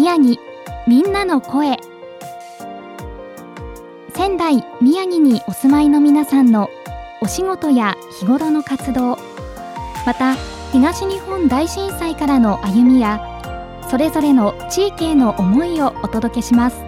宮城みんなの声。仙台、宮城にお住まいの皆さんのお仕事や日頃の活動、また東日本大震災からの歩みやそれぞれの地域への思いをお届けします。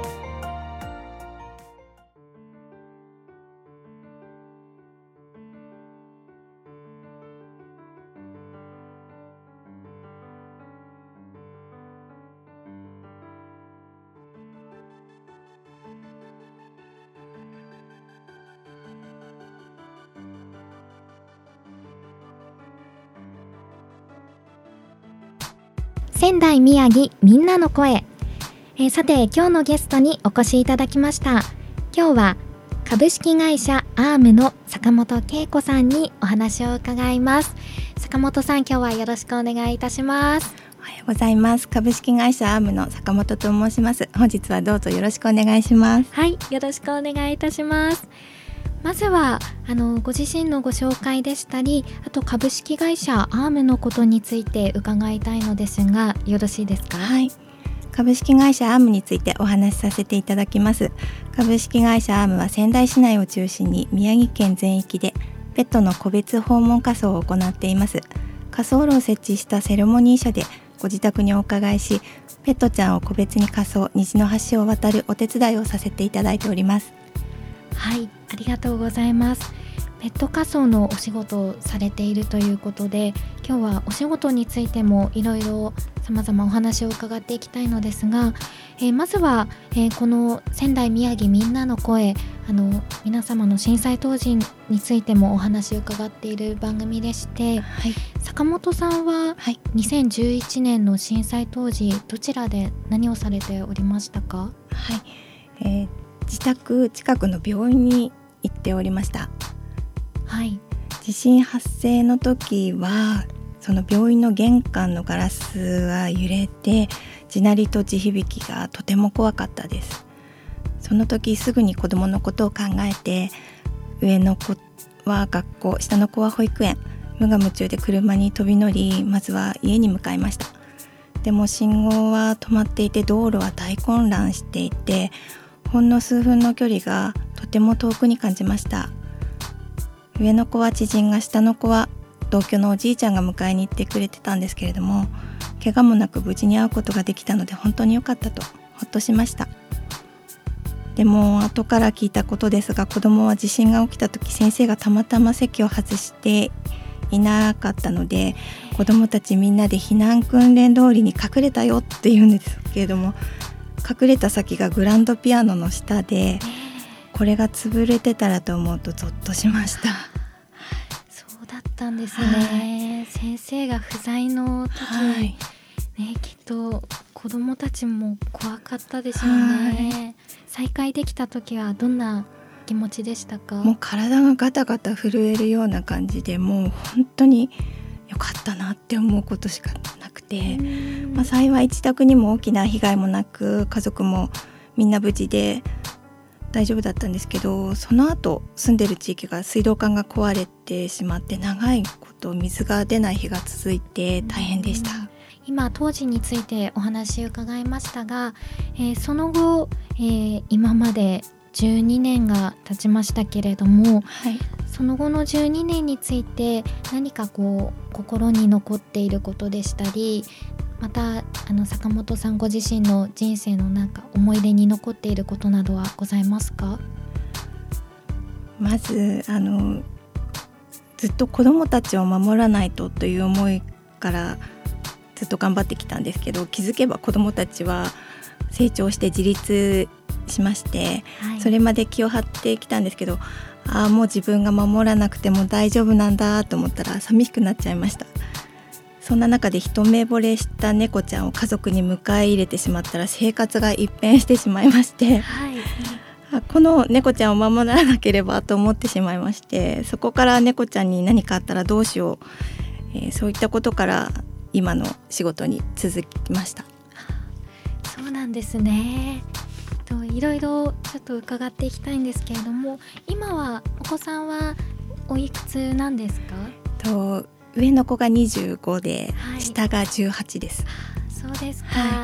仙台宮城みんなの声。さて今日のゲストにお越しいただきました。今日は株式会社アームの坂本恵子さんにお話を伺います。坂本さん、今日はよろしくお願いいたします。 おはようございます。株式会社アームの坂本と申します。本日はどうぞよろしくお願いします。 はい、よろしくお願いいたします。まずはご自身のご紹介でしたり、あと株式会社アームのことについて伺いたいのですが、よろしいですか？ はい、株式会社アームについてお話しさせていただきます。株式会社アームは仙台市内を中心に宮城県全域でペットの個別訪問火葬を行っています。火葬炉を設置したセレモニー車でご自宅にお伺いし、ペットちゃんを個別に火葬、虹の橋を渡るお手伝いをさせていただいております。 はい、ありがとうございます。ペット火葬のお仕事をされているということで、今日はお仕事についてもいろいろ様々お話を伺っていきたいのですが、まずは、この仙台宮城みんなの声、皆様の震災当時についてもお話を伺っている番組でして、 はい、 坂本さんは2011年の震災当時どちらで何をされておりましたか？ はい、自宅近くの病院に行っておりました。 はい、 地震発生の時はその病院の玄関のガラスは揺れて、地鳴りと地響きがとても怖かったです。その時すぐに子供のことを考えて、上の子は学校、下の子は保育園、無我夢中で車に飛び乗り、まずは家に向かいました。でも信号は止まっていて、道路は大混乱していて、ほんの数分の距離がとても遠くに感じました。上の子は知人が、下の子は同居のおじいちゃんが迎えに行ってくれてたんですけれども、怪我もなく無事に会うことができたので本当に良かったとほっとしました。でも後から聞いたことですが、子供は地震が起きた時、先生がたまたま席を外していなかったので、子供たちみんなで避難訓練通りに隠れたよって言うんですけれども、隠れた先がグランドピアノの下で、これが潰れてたらと思うとゾッとしました。 そうだったんですね。先生が不在の時、きっと子どもたちも怖かったでしょうね。再会できた時はどんな気持ちでしたか？ もう体がガタガタ震えるような感じで、もう本当に良かったなって思うことしかなくて、幸い自宅にも大きな被害もなく、家族もみんな無事で大丈夫だったんですけど、その後住んでる地域が水道管が壊れてしまって、長いこと水が出ない日が続いて大変でした。 今当時についてお話を伺いましたが、その後、今まで12年が経ちましたけれども、その後の12年について何か心に残っていることでしたり、また坂本さんご自身の人生の思い出に残っていることなどはございますか？ まずずっと子どもたちを守らないとという思いからずっと頑張ってきたんですけど、気づけば子どもたちは成長して自立しまして、それまで気を張ってきたんですけど、もう自分が守らなくても大丈夫なんだと思ったら寂しくなっちゃいました。そんな中で一目惚れした猫ちゃんを家族に迎え入れてしまったら、生活が一変してしまいまして、この猫ちゃんを守らなければと思ってしまいまして、そこから猫ちゃんに何かあったらどうしよう、そういったことから今の仕事に続きました。 そうなんですね。いろいろちょっと伺っていきたいんですけれども、今はお子さんはおいくつなんですか？ 上の子が25で、下が18です。 そうですか。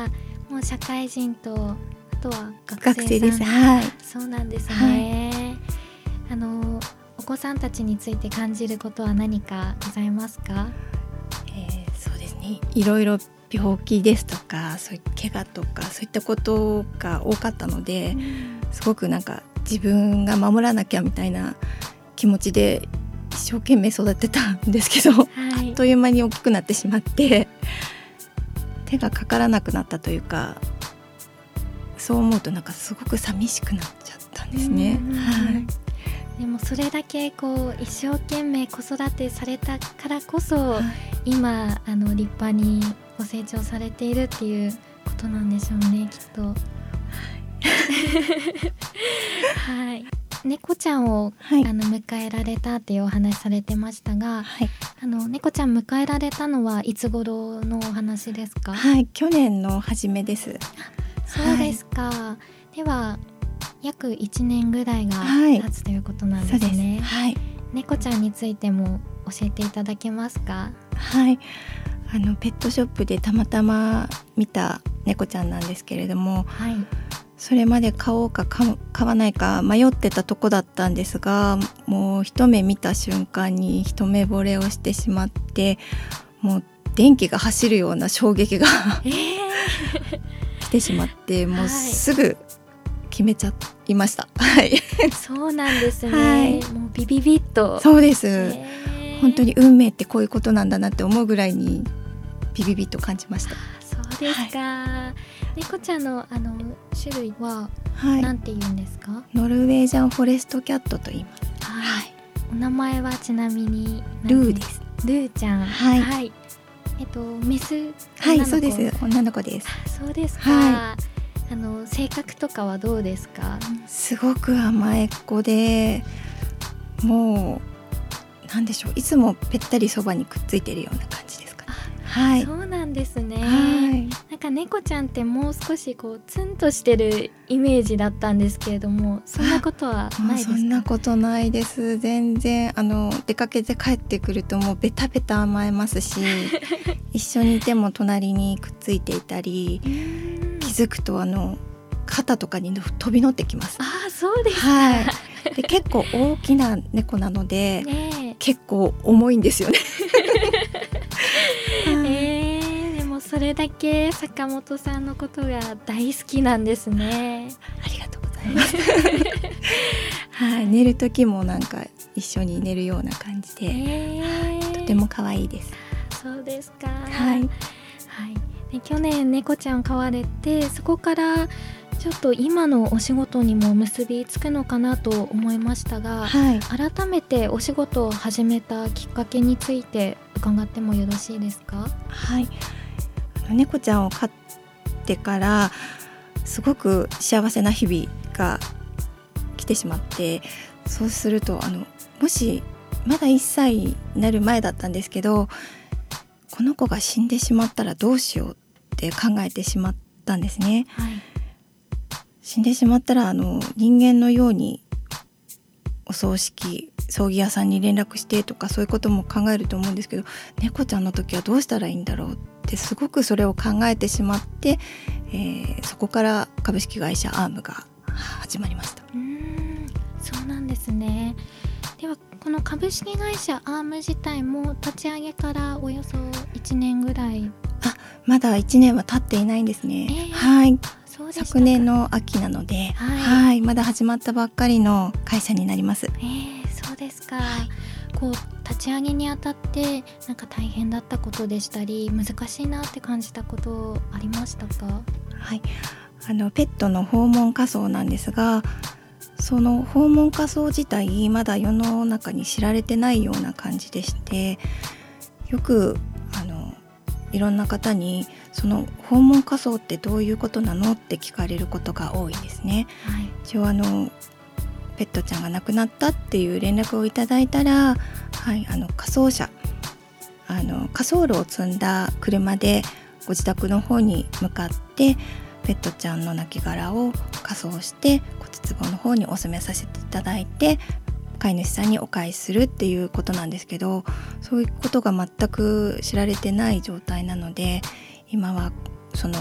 もう社会人とあとは学生さん。 学生です。はい。 そうなんですね。お子さんたちについて感じることは何かございますか？ そうですね。いろいろ病気ですとか、そういう怪我とかそういったことが多かったので、すごくなんか自分が守らなきゃみたいな気持ちで一生懸命育てたんですけど、あっという間に大きくなってしまって手がかからなくなったというか、そう思うとなんかすごく寂しくなっちゃったんですね。はい。 でもそれだけこう一生懸命子育てされたからこそ、今立派にご成長されているっていうことなんでしょうね、きっと。はい。猫ちゃんを、迎えられたっていうお話されてましたが、猫ちゃん迎えられたのはいつ頃のお話ですか？ はい、去年の初めです。 そうですか。では約1年ぐらいが経つということなんですね。 はい。 猫ちゃんについても教えていただけますか？ はい。ペットショップでたまたま見た猫ちゃんなんですけれども、それまで買おうか買わないか迷ってたとこだったんですが、もう一目見た瞬間に一目惚れをしてしまって、もう電気が走るような衝撃が来てしまって、もうすぐ決めちゃいました。はい。 そうなんですね。もうビビビッと。 そうです。本当に運命ってこういうことなんだなって思うぐらいにビビビッと感じました。 そうですか。猫ちゃんの種類は何て言うんですか？ ノルウェージャンフォレストキャットと言います。 お名前はちなみにルーです。 ルーちゃん。メス？ はい、そうです。女の子です。 そうですか。性格とかはどうですか？ すごく甘えっ子で、もうなんでしょう、いつもぺったりそばにくっついてるような感じですかね。はい。 そうなんですね。なんか猫ちゃんってもう少しこうツンとしてるイメージだったんですけれども、そんなことはないですか？ そんなことないです。全然出かけて帰ってくるともうベタベタ甘えますし一緒にいても隣にくっついていたり、気づくと肩とかに飛び乗ってきます。 そうですか。 はい。で結構大きな猫なので、結構重いんですよね。 でもそれだけ坂本さんのことが大好きなんですね。 ありがとうございます。はい。寝る時もなんか一緒に寝るような感じで、とても可愛いです。 そうですか。 はい。 で去年猫ちゃん飼われて、そこからちょっと今のお仕事にも結びつくのかなと思いましたが、改めてお仕事を始めたきっかけについて伺ってもよろしいですか？ はい。猫ちゃんを飼ってからすごく幸せな日々が来てしまって、そうするともしまだ1歳になる前だったんですけど、この子が死んでしまったらどうしようって考えてしまったんですね。死んでしまったら人間のようにお葬儀屋さんに連絡してとかそういうことも考えると思うんですけど、猫ちゃんの時はどうしたらいいんだろうってすごくそれを考えてしまって、そこから株式会社アームが始まりました。 そうなんですね。ではこの株式会社アーム自体も立ち上げからおよそ1年ぐらい？ まだ1年は経っていないんですね。昨年の秋なので、まだ始まったばっかりの会社になります。 そうですか。こう立ち上げにあたってなんか大変だったことでしたり、難しいなって感じたことありましたか？ ペットの訪問火葬なんですが、その訪問火葬自体まだ世の中に知られてないような感じでして、よくいろんな方にその訪問火葬ってどういうことなのって聞かれることが多いんですね。一応ペットちゃんが亡くなったっていう連絡をいただいたら、火葬車火葬炉を積んだ車でご自宅の方に向かってペットちゃんの亡骸を火葬して骨壺の方にお納めさせていただいて、飼い主さんにお返しするっていうことなんですけど、そういうことが全く知られてない状態なので、今はその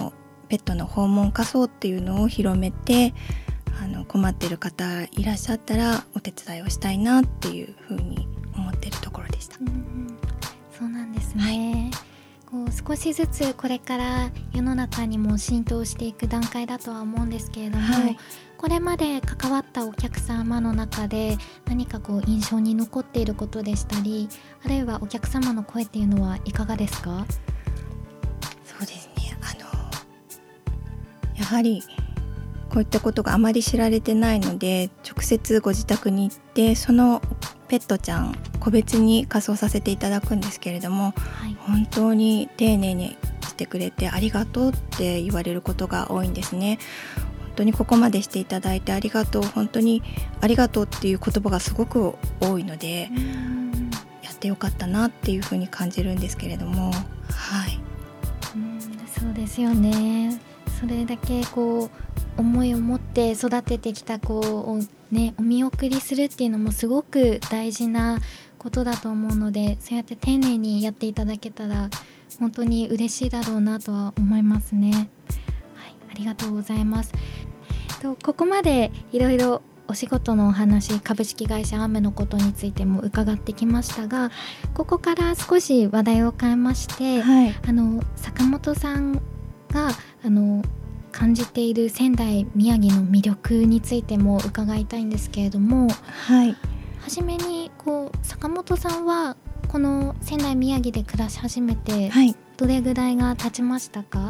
ペットの訪問火葬っていうのを広めて、困ってる方いらっしゃったらお手伝いをしたいなっていうふうに思っているところでした。 そうなんですね、こう少しずつこれから世の中にも浸透していく段階だとは思うんですけれども、これまで関わったお客様の中で何かこう印象に残っていることでしたり、あるいはお客様の声っていうのはいかがですか？ そうですね、やはりこういったことがあまり知られてないので、直接ご自宅に行ってそのペットちゃん個別に火葬させていただくんですけれども、本当に丁寧にしてくれてありがとうって言われることが多いんですね。本当にここまでしていただいてありがとう、本当にありがとうっていう言葉がすごく多いので、やってよかったなっていうふうに感じるんですけれども、 そうですよね。それだけこう思いを持って育ててきた子をね、お見送りするっていうのもすごく大事なことだと思うので、そうやって丁寧にやっていただけたら本当に嬉しいだろうなとは思いますね。ありがとうございます。ここまでいろいろお仕事のお話、株式会社アームのことについても伺ってきましたが、ここから少し話題を変えまして、坂本さんが感じている仙台宮城の魅力についても伺いたいんですけれども、初めに坂本さんはこの仙台宮城で暮らし始めてどれぐらいが経ちましたか？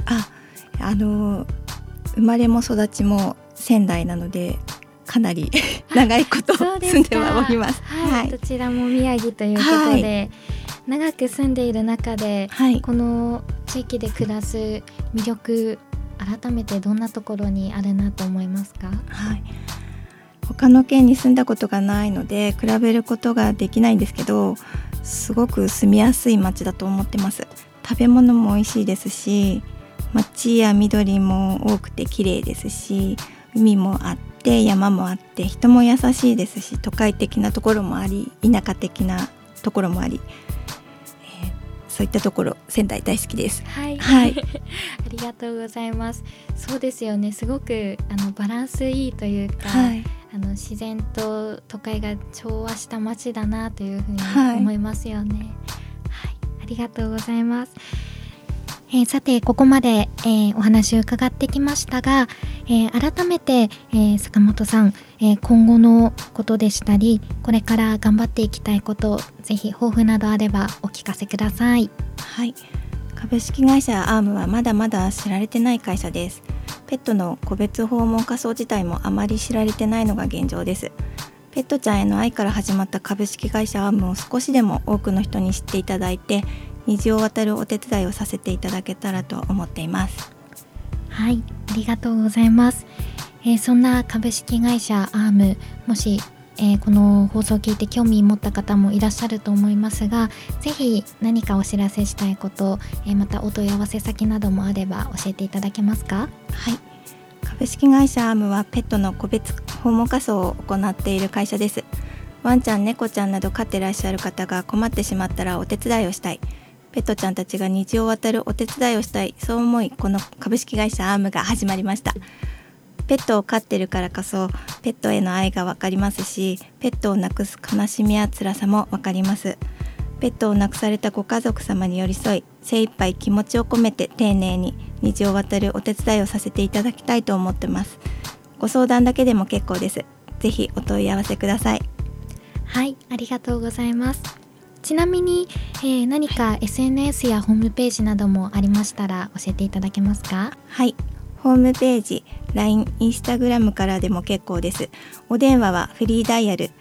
生まれも育ちも仙台なのでかなり長いこと住んではおります。 どちらも宮城ということで、長く住んでいる中で、この地域で暮らす魅力、改めてどんなところにあるなと思いますか？ 他の県に住んだことがないので比べることができないんですけど、すごく住みやすい街だと思ってます。食べ物も美味しいですし、街や緑も多くて綺麗ですし、海もあって山もあって人も優しいですし、都会的なところもあり田舎的なところもあり、そういったところ仙台大好きです。ありがとうございます。そうですよね、すごくバランスいいというか、自然と都会が調和した街だなというふうに思いますよね。ありがとうございます。さてここまで、お話を伺ってきましたが、改めて、坂本さん、今後のことでしたりこれから頑張っていきたいこと、ぜひ抱負などあればお聞かせください。 株式会社アームはまだまだ知られてない会社です。ペットの個別訪問火葬自体もあまり知られてないのが現状です。ペットちゃんへの愛から始まった株式会社アームを少しでも多くの人に知っていただいて、虹を渡るお手伝いをさせていただけたらと思っています。 ありがとうございます。そんな株式会社アーム、もし、この放送を聞いて興味持った方もいらっしゃると思いますが、ぜひ何かお知らせしたいこと、またお問い合わせ先などもあれば教えていただけますか？ 株式会社アームはペットの個別訪問火葬を行っている会社です。ワンちゃん、猫ちゃんなど飼ってらっしゃる方が困ってしまったらお手伝いをしたい、ペットちゃんたちが虹を渡るお手伝いをしたい、そう思いこの株式会社アームが始まりました。ペットを飼ってるからこそペットへの愛が分かりますし、ペットを亡くす悲しみや辛さも分かります。ペットを亡くされたご家族様に寄り添い、精一杯気持ちを込めて丁寧に虹を渡るお手伝いをさせていただきたいと思ってます。ご相談だけでも結構です。ぜひお問い合わせください。 ありがとうございます。ちなみに、何か SNS やホームページなどもありましたら教えていただけますか？ ホームページ、LINE、インスタグラムからでも結構です。お電話はフリーダイヤル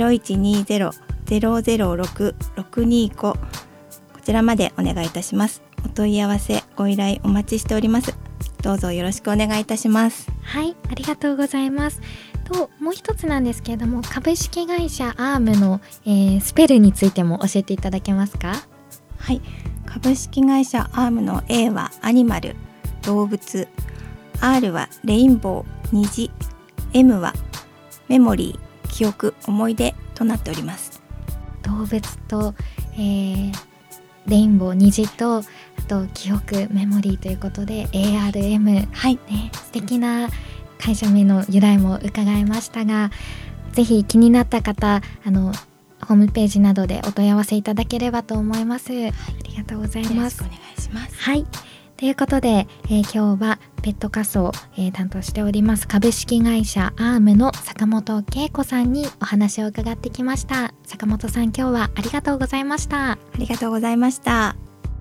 0120-006-625 こちらまでお願いいたします。お問い合わせ、ご依頼お待ちしております。どうぞよろしくお願いいたします。 ありがとうございます。もう一つなんですけれども、株式会社アームの、スペルについても教えていただけますか？ 株式会社アームの A はアニマル、動物、R はレインボー、虹、M はメモリー、記憶、思い出となっております。 動物と、レインボー、虹と、あと記憶メモリーということで ARM、 はいね、素敵な会社名の由来も伺いましたが、ぜひ気になった方ホームページなどでお問い合わせいただければと思います。ありがとうございます。 よろしくお願いします。 はい、ということで、今日はペット可塑、担当しております株式会社アームの坂本恵子さんにお話を伺ってきました。坂本さん、今日はありがとうございました。 ありがとうございました。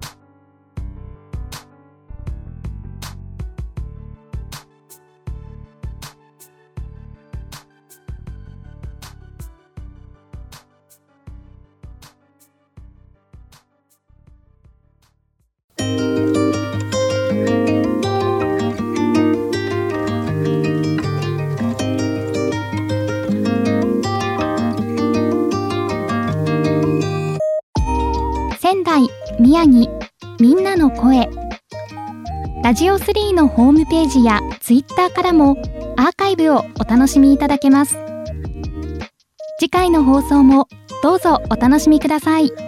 仙台、宮城、みんなの声。ラジオ3のホームページやツイッターからもアーカイブをお楽しみいただけます。次回の放送もどうぞお楽しみください。